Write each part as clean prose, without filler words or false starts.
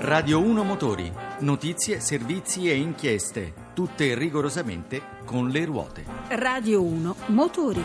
Radio 1 Motori, notizie, servizi e inchieste, tutte rigorosamente con le ruote. Radio 1 Motori.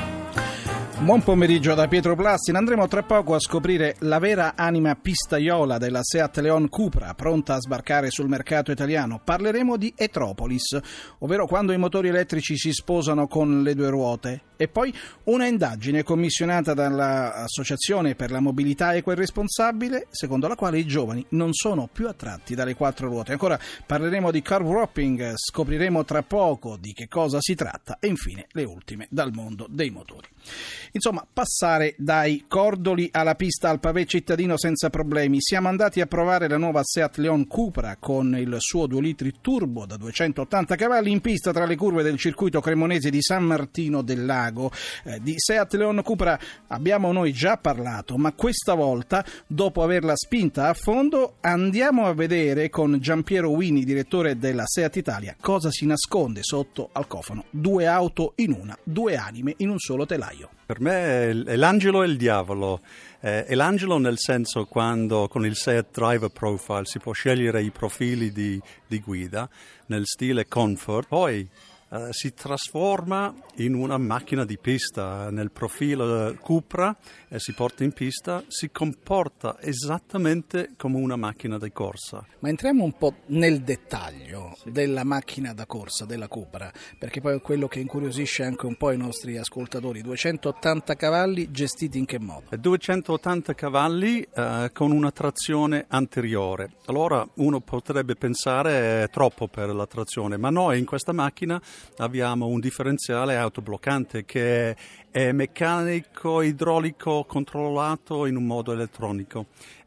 Buon pomeriggio da Pietro Plastin. Andremo tra poco a scoprire la vera anima pistaiola della Seat Leon Cupra, pronta a sbarcare sul mercato italiano. Parleremo di e-Tropolis, ovvero quando i motori elettrici si sposano con le due ruote. E poi una indagine commissionata dall'Associazione per la Mobilità Equa e Responsabile, secondo la quale i giovani non sono più attratti dalle quattro ruote. Ancora parleremo di car wrapping, scopriremo tra poco di che cosa si tratta e infine le ultime dal mondo dei motori. Insomma, passare dai cordoli alla pista al pavé cittadino senza problemi. Siamo andati a provare la nuova Seat Leon Cupra con il suo 2 litri turbo da 280 cavalli in pista tra le curve del circuito cremonese di San Martino del Lago. Di Seat Leon Cupra abbiamo noi già parlato, ma questa volta, dopo averla spinta a fondo, andiamo a vedere con Giampiero Wini, direttore della Seat Italia, cosa si nasconde sotto al cofano. Due auto in una, due anime in un solo telaio. Per me è l'angelo e il diavolo. È l'angelo nel senso quando con il Seat Driver Profile si può scegliere i profili di guida nel stile comfort, poi si trasforma in una macchina di pista. Nel profilo Cupra si porta in pista, si comporta esattamente come una macchina da corsa. Ma entriamo un po' nel dettaglio della macchina da corsa, della Cupra, perché poi è quello che incuriosisce anche un po' i nostri ascoltatori. 280 cavalli gestiti in che modo? 280 cavalli con una trazione anteriore. Allora uno potrebbe pensare è troppo per la trazione, ma noi in questa macchina abbiamo un differenziale autobloccante che è meccanico, idraulico, controllato in un modo elettronico.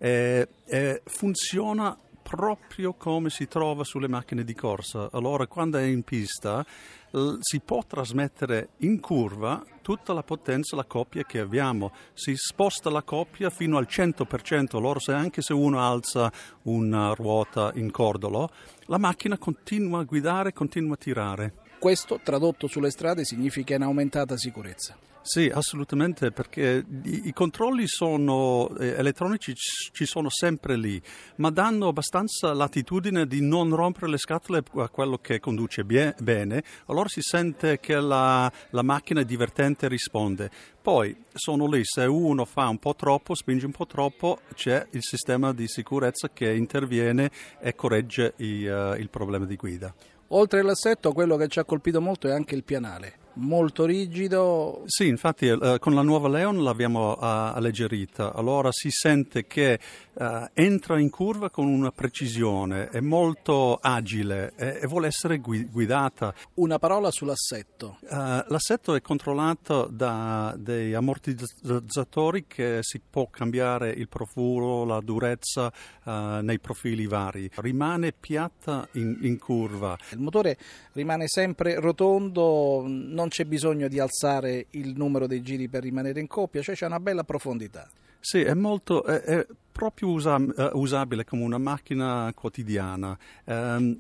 Funziona proprio come si trova sulle macchine di corsa. Allora quando è in pista si può trasmettere in curva tutta la potenza, la coppia che abbiamo. Si sposta la coppia fino al 100%. Allora anche se uno alza una ruota in cordolo, la macchina continua a guidare, continua a tirare. Questo, tradotto sulle strade, significa un'aumentata sicurezza. Sì, assolutamente, perché i controlli elettronici ci sono sempre lì, ma danno abbastanza latitudine di non rompere le scatole a quello che conduce bene, allora si sente che la macchina è divertente e risponde. Poi sono lì, se uno fa un po' troppo, spinge un po' troppo, c'è il sistema di sicurezza che interviene e corregge il problema di guida. Oltre all'assetto, quello che ci ha colpito molto è anche il pianale, molto rigido. Sì, infatti con la nuova Leon l'abbiamo alleggerita, allora si sente che entra in curva con una precisione, è molto agile e vuole essere guidata. Una parola sull'assetto. L'assetto è controllato da dei ammortizzatori che si può cambiare il profilo, la durezza nei profili vari. Rimane piatta in curva. Il motore rimane sempre rotondo, non c'è bisogno di alzare il numero dei giri per rimanere in coppia, cioè c'è una bella profondità. Sì, è proprio usabile come una macchina quotidiana. Come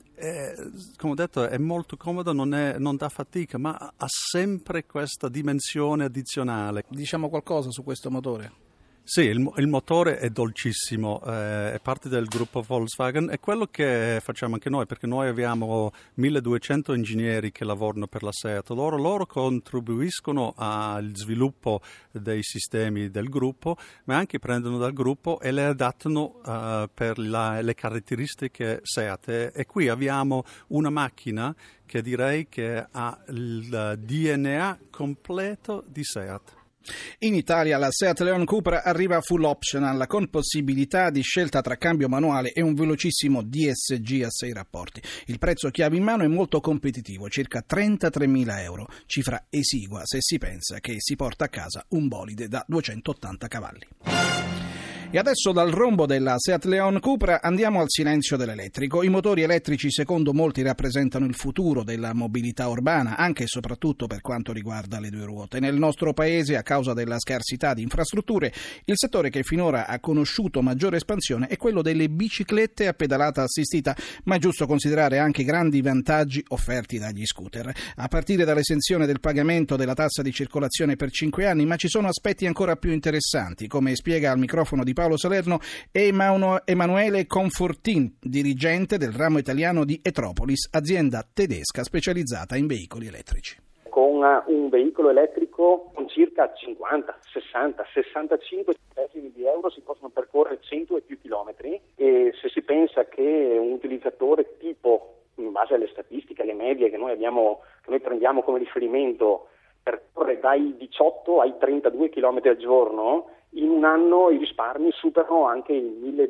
ho detto, è molto comodo, non dà fatica, ma ha sempre questa dimensione addizionale. Diciamo qualcosa su questo motore? Sì, il motore è dolcissimo, è parte del gruppo Volkswagen, è quello che facciamo anche noi, perché noi abbiamo 1200 ingegneri che lavorano per la Seat. Loro contribuiscono al sviluppo dei sistemi del gruppo, ma anche prendono dal gruppo e le adattano per le caratteristiche Seat. E qui abbiamo una macchina che direi che ha il DNA completo di Seat. In Italia la Seat Leon Cupra arriva full optional con possibilità di scelta tra cambio manuale e un velocissimo DSG a 6 rapporti. Il prezzo chiave in mano è molto competitivo, circa 33.000 euro, cifra esigua se si pensa che si porta a casa un bolide da 280 cavalli. E adesso dal rombo della Seat Leon Cupra andiamo al silenzio dell'elettrico. I motori elettrici secondo molti rappresentano il futuro della mobilità urbana, anche e soprattutto per quanto riguarda le due ruote. Nel nostro paese, a causa della scarsità di infrastrutture, il settore che finora ha conosciuto maggiore espansione è quello delle biciclette a pedalata assistita, ma è giusto considerare anche i grandi vantaggi offerti dagli scooter, a partire dall'esenzione del pagamento della tassa di circolazione per 5 anni, ma ci sono aspetti ancora più interessanti, come spiega al microfono di Paolo Salerno e Emanuele Confortin, dirigente del ramo italiano di Etropolis, azienda tedesca specializzata in veicoli elettrici. Con un veicolo elettrico con circa 50, 60, 65 centesimi di euro si possono percorrere 100 e più chilometri, e se si pensa che un utilizzatore tipo, in base alle statistiche, alle medie che noi prendiamo come riferimento, percorre dai 18 ai 32 chilometri al giorno, in un anno i risparmi superano anche i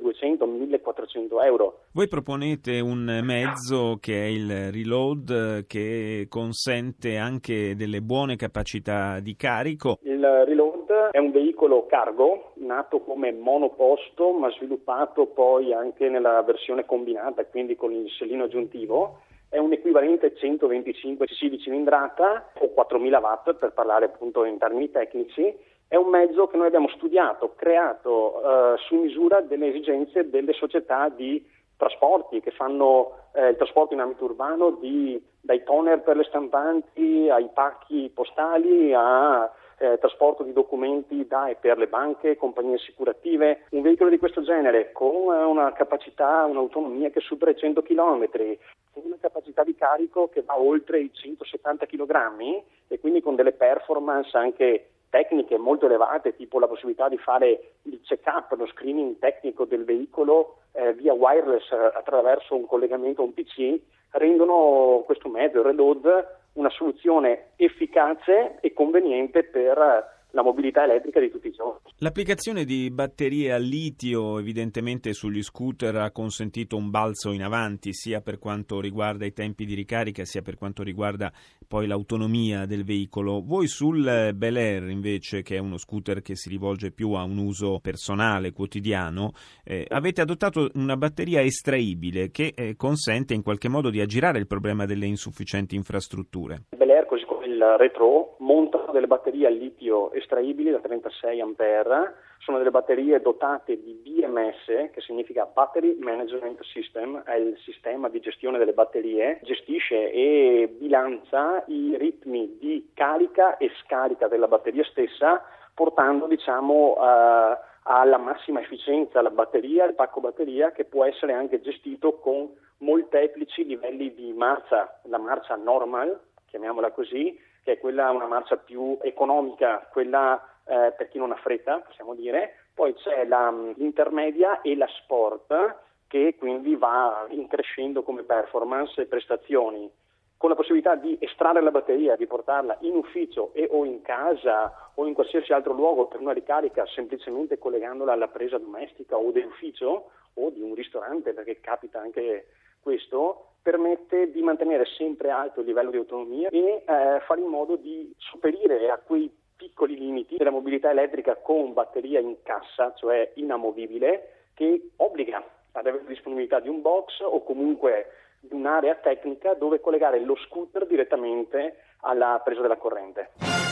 1.200-1.400 euro. Voi proponete un mezzo che è il Reload, che consente anche delle buone capacità di carico. Il Reload è un veicolo cargo nato come monoposto, ma sviluppato poi anche nella versione combinata, quindi con il sellino aggiuntivo. È un equivalente 125 cc di cilindrata o 4.000 watt, per parlare appunto in termini tecnici. È un mezzo che noi abbiamo studiato, creato su misura delle esigenze delle società di trasporti che fanno il trasporto in ambito urbano, dai toner per le stampanti ai pacchi postali a trasporto di documenti da e per le banche, compagnie assicurative. Un veicolo di questo genere con una capacità, un'autonomia che supera i 100 km, una capacità di carico che va oltre i 170 kg e quindi con delle performance anche tecniche molto elevate, tipo la possibilità di fare il check-up, lo screening tecnico del veicolo via wireless attraverso un collegamento a un PC, rendono questo mezzo, il Reload, una soluzione efficace e conveniente per la mobilità elettrica di tutti i giorni. L'applicazione di batterie a litio evidentemente sugli scooter ha consentito un balzo in avanti, sia per quanto riguarda i tempi di ricarica, sia per quanto riguarda poi l'autonomia del veicolo. Voi sul Bel Air, invece, che è uno scooter che si rivolge più a un uso personale, quotidiano, avete adottato una batteria estraibile che consente in qualche modo di aggirare il problema delle insufficienti infrastrutture. Il Bel Air, così come il Retro, montano delle batterie a litio estraibili da 36 ampere. Sono delle batterie dotate di BMS, che significa Battery Management System, è il sistema di gestione delle batterie, gestisce e bilancia i ritmi di carica e scarica della batteria stessa, portando alla massima efficienza la batteria, il pacco batteria, che può essere anche gestito con molteplici livelli di marcia. La marcia normal, chiamiamola così, che è una marcia più economica, quella per chi non ha fretta, possiamo dire. Poi c'è l'intermedia e la sport, che quindi va increscendo come performance e prestazioni, con la possibilità di estrarre la batteria, di portarla in ufficio o in casa o in qualsiasi altro luogo per una ricarica, semplicemente collegandola alla presa domestica o dell'ufficio o di un ristorante, perché capita anche questo. Permette di mantenere sempre alto il livello di autonomia e fare in modo di sopperire a quei piccoli limiti della mobilità elettrica con batteria in cassa, cioè inamovibile, che obbliga ad avere disponibilità di un box o comunque di un'area tecnica dove collegare lo scooter direttamente alla presa della corrente.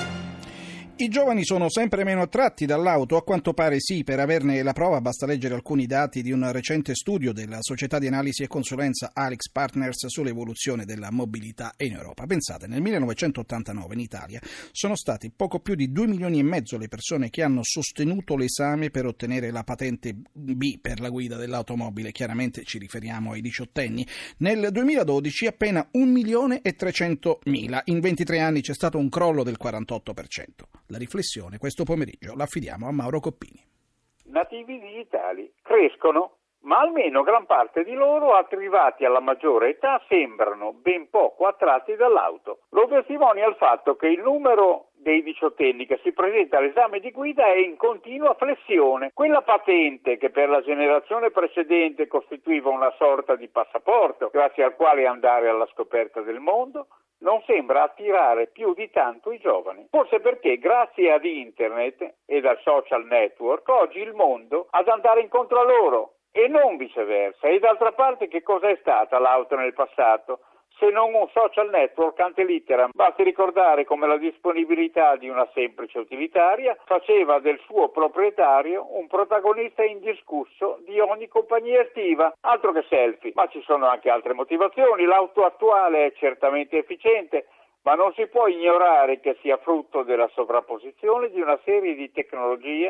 I giovani sono sempre meno attratti dall'auto? A quanto pare sì. Per averne la prova basta leggere alcuni dati di un recente studio della società di analisi e consulenza Alex Partners sull'evoluzione della mobilità in Europa. Pensate, nel 1989 in Italia sono stati poco più di 2 milioni e mezzo le persone che hanno sostenuto l'esame per ottenere la patente B per la guida dell'automobile. Chiaramente ci riferiamo ai diciottenni. Nel 2012 appena 1.300.000. In 23 anni c'è stato un crollo del 48%. La riflessione questo pomeriggio la affidiamo a Mauro Coppini. Nativi digitali crescono, ma almeno gran parte di loro, arrivati alla maggiore età, sembrano ben poco attratti dall'auto. Lo testimonia il fatto che il numero dei diciottenni che si presenta all'esame di guida è in continua flessione. Quella patente che per la generazione precedente costituiva una sorta di passaporto grazie al quale andare alla scoperta del mondo, non sembra attirare più di tanto i giovani. Forse perché grazie ad internet e al social network oggi il mondo ha da andare incontro a loro e non viceversa. E d'altra parte che cosa è stata l'auto nel passato? Se non un social network ante litteram. Basti ricordare come la disponibilità di una semplice utilitaria faceva del suo proprietario un protagonista indiscusso di ogni compagnia estiva. Altro che selfie, ma ci sono anche altre motivazioni. L'auto attuale è certamente efficiente, ma non si può ignorare che sia frutto della sovrapposizione di una serie di tecnologie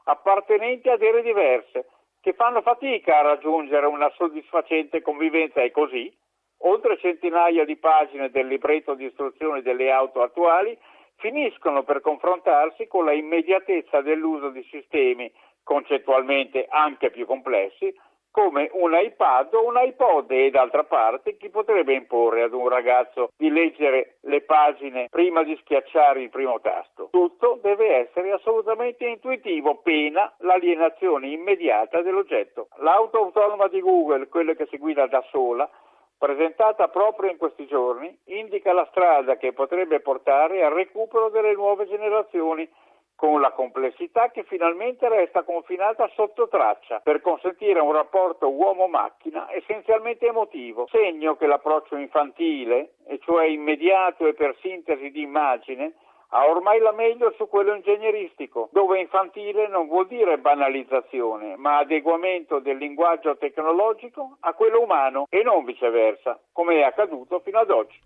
appartenenti ad ere diverse, che fanno fatica a raggiungere una soddisfacente convivenza e così, oltre centinaia di pagine del libretto di istruzioni delle auto attuali, finiscono per confrontarsi con la immediatezza dell'uso di sistemi concettualmente anche più complessi, come un iPad o un iPod, e d'altra parte chi potrebbe imporre ad un ragazzo di leggere le pagine prima di schiacciare il primo tasto? Tutto deve essere assolutamente intuitivo, pena l'alienazione immediata dell'oggetto. L'auto autonoma di Google, quella che si guida da sola, presentata proprio in questi giorni, indica la strada che potrebbe portare al recupero delle nuove generazioni, con la complessità che finalmente resta confinata sotto traccia per consentire un rapporto uomo-macchina essenzialmente emotivo, segno che l'approccio infantile, e cioè immediato e per sintesi di immagine, ha ormai la meglio su quello ingegneristico, dove infantile non vuol dire banalizzazione, ma adeguamento del linguaggio tecnologico a quello umano e non viceversa, come è accaduto fino ad oggi.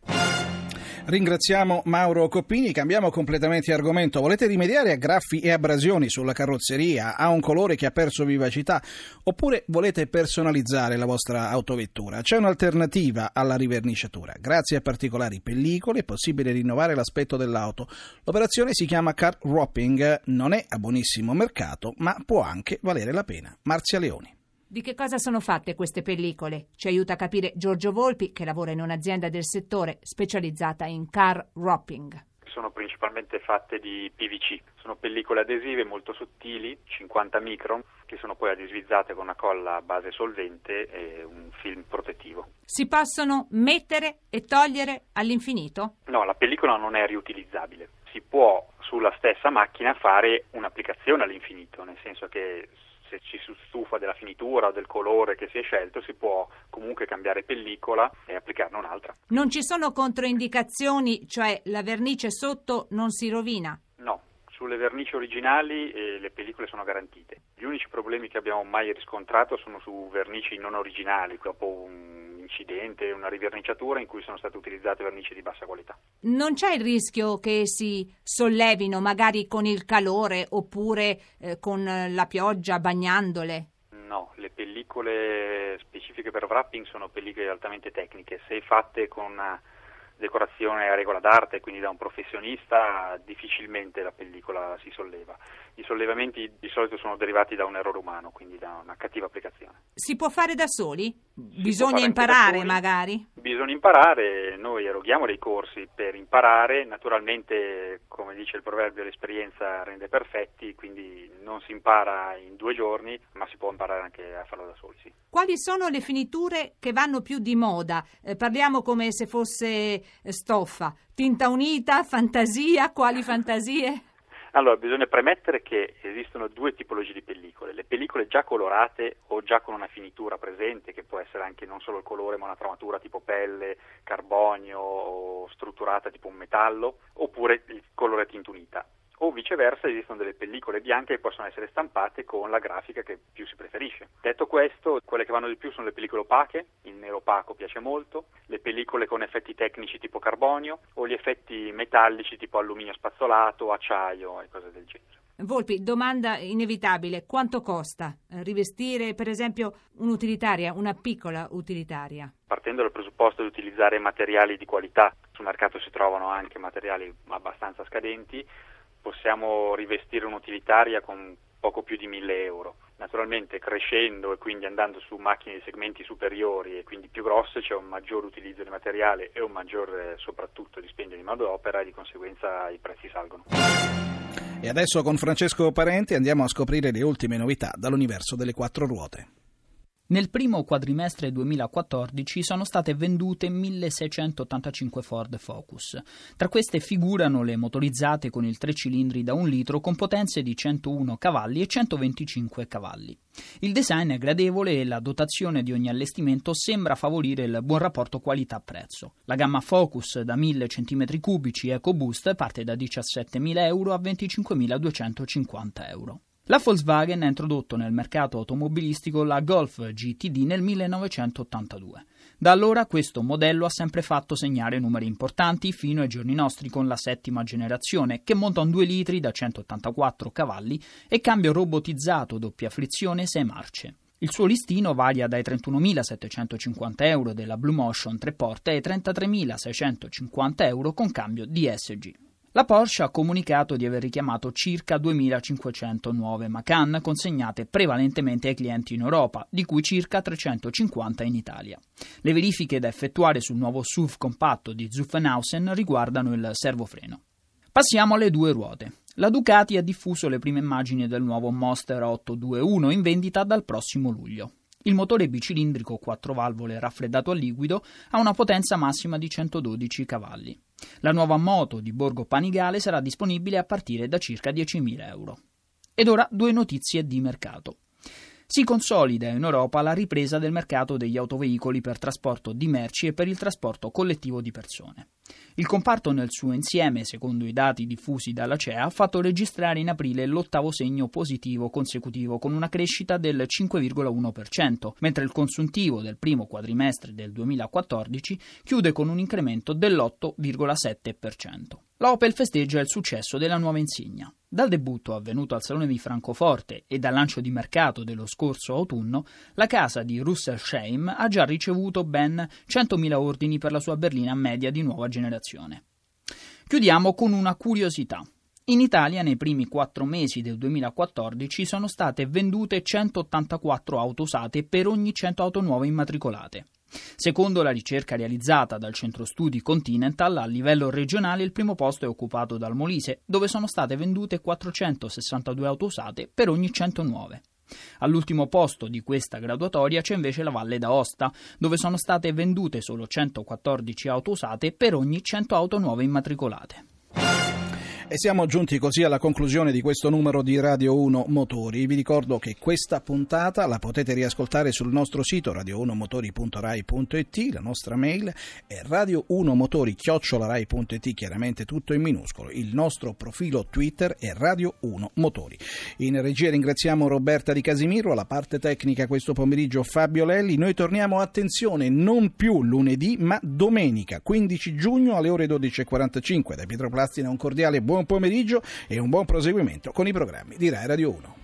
Ringraziamo Mauro Coppini. Cambiamo completamente argomento. Volete rimediare a graffi e abrasioni sulla carrozzeria, a un colore che ha perso vivacità, oppure volete personalizzare la vostra autovettura? C'è un'alternativa alla riverniciatura. Grazie a particolari pellicole è possibile rinnovare l'aspetto dell'auto. L'operazione si chiama car wrapping, non è a buonissimo mercato, ma può anche valere la pena. Marzia Leoni. Di che cosa sono fatte queste pellicole? Ci aiuta a capire Giorgio Volpi, che lavora in un'azienda del settore specializzata in car wrapping. Sono principalmente fatte di PVC, sono pellicole adesive molto sottili, 50 micron, che sono poi adesivizzate con una colla a base solvente e un film protettivo. Si possono mettere e togliere all'infinito? No, la pellicola non è riutilizzabile. Si può sulla stessa macchina fare un'applicazione all'infinito, nel senso che se ci si stufa della finitura o del colore che si è scelto, si può comunque cambiare pellicola e applicarne un'altra. Non ci sono controindicazioni, cioè la vernice sotto non si rovina? No, sulle vernici originali le pellicole sono garantite. Gli unici problemi che abbiamo mai riscontrato sono su vernici non originali, dopo un incidente, una riverniciatura in cui sono state utilizzate vernici di bassa qualità. Non c'è il rischio che si sollevino magari con il calore oppure con la pioggia bagnandole? No, le pellicole specifiche per wrapping sono pellicole altamente tecniche. Se fatte con una decorazione a regola d'arte, quindi da un professionista, difficilmente la pellicola si solleva. I sollevamenti di solito sono derivati da un errore umano, quindi da una cattiva applicazione. Si può fare da soli? Bisogna imparare magari? Bisogna imparare, noi eroghiamo dei corsi per imparare, naturalmente come dice il proverbio l'esperienza rende perfetti, quindi non si impara in 2 giorni, ma si può imparare anche a farlo da soli, sì. Quali sono le finiture che vanno più di moda? Parliamo come se fosse stoffa, tinta unita, fantasia, quali fantasie? Allora, bisogna premettere che esistono 2 tipologie di pellicole: le pellicole già colorate o già con una finitura presente, che può essere anche non solo il colore ma una tramatura tipo pelle, carbonio o strutturata tipo un metallo, oppure il colore tintunita. O viceversa, esistono delle pellicole bianche che possono essere stampate con la grafica che più si preferisce. Detto questo, quelle che vanno di più sono le pellicole opache, il nero opaco piace molto, le pellicole con effetti tecnici tipo carbonio o gli effetti metallici tipo alluminio spazzolato, acciaio e cose del genere. Volpi, domanda inevitabile, quanto costa rivestire per esempio un'utilitaria, una piccola utilitaria? Partendo dal presupposto di utilizzare materiali di qualità, sul mercato si trovano anche materiali abbastanza scadenti, possiamo rivestire un'utilitaria con poco più di 1.000 euro. Naturalmente crescendo e quindi andando su macchine di segmenti superiori e quindi più grosse c'è un maggior utilizzo di materiale e un maggior soprattutto dispendio di manodopera e di conseguenza i prezzi salgono. E adesso con Francesco Parenti andiamo a scoprire le ultime novità dall'universo delle 4 ruote. Nel primo quadrimestre 2014 sono state vendute 1.685 Ford Focus. Tra queste figurano le motorizzate con il 3 cilindri da 1 litro con potenze di 101 cavalli e 125 cavalli. Il design è gradevole e la dotazione di ogni allestimento sembra favorire il buon rapporto qualità-prezzo. La gamma Focus da 1.000 cm3 EcoBoost parte da 17.000 euro a 25.250 euro. La Volkswagen ha introdotto nel mercato automobilistico la Golf GTD nel 1982. Da allora questo modello ha sempre fatto segnare numeri importanti fino ai giorni nostri con la 7ª generazione, che monta un 2 litri da 184 cavalli e cambio robotizzato doppia frizione 6 marce. Il suo listino varia dai 31.750 euro della Blue Motion 3 porte ai 33.650 euro con cambio DSG. La Porsche ha comunicato di aver richiamato circa 2.500 nuove Macan consegnate prevalentemente ai clienti in Europa, di cui circa 350 in Italia. Le verifiche da effettuare sul nuovo SUV compatto di Zuffenhausen riguardano il servofreno. Passiamo alle 2 ruote. La Ducati ha diffuso le prime immagini del nuovo Monster 821 in vendita dal prossimo luglio. Il motore bicilindrico 4 valvole raffreddato a liquido ha una potenza massima di 112 cavalli. La nuova moto di Borgo Panigale sarà disponibile a partire da circa 10.000 euro. Ed ora 2 notizie di mercato. Si consolida in Europa la ripresa del mercato degli autoveicoli per trasporto di merci e per il trasporto collettivo di persone. Il comparto nel suo insieme, secondo i dati diffusi dalla CEA, ha fatto registrare in aprile l'8º segno positivo consecutivo con una crescita del 5,1%, mentre il consuntivo del primo quadrimestre del 2014 chiude con un incremento dell'8,7%. La Opel festeggia il successo della nuova insignia. Dal debutto avvenuto al Salone di Francoforte e dal lancio di mercato dello scorso autunno, la casa di Russelsheim ha già ricevuto ben 100.000 ordini per la sua berlina media di nuova generazione. Chiudiamo con una curiosità. In Italia nei primi 4 mesi del 2014 sono state vendute 184 auto usate per ogni 100 auto nuove immatricolate. Secondo la ricerca realizzata dal centro studi Continental, a livello regionale il primo posto è occupato dal Molise, dove sono state vendute 462 auto usate per ogni 100 nuove. All'ultimo posto di questa graduatoria c'è invece la Valle d'Aosta, dove sono state vendute solo 114 auto usate per ogni 100 auto nuove immatricolate. E siamo giunti così alla conclusione di questo numero di Radio 1 Motori. Vi ricordo che questa puntata la potete riascoltare sul nostro sito radio1motori.rai.it, la nostra mail è radio1motori@rai.it, chiaramente tutto in minuscolo. Il nostro profilo Twitter è Radio 1 Motori. In regia ringraziamo Roberta Di Casimiro, alla parte tecnica questo pomeriggio Fabio Lelli. Noi torniamo, attenzione, non più lunedì ma domenica 15 giugno alle ore 12.45. Da Pietro Plastina un cordiale buon pomeriggio e un buon proseguimento con i programmi di Rai Radio 1.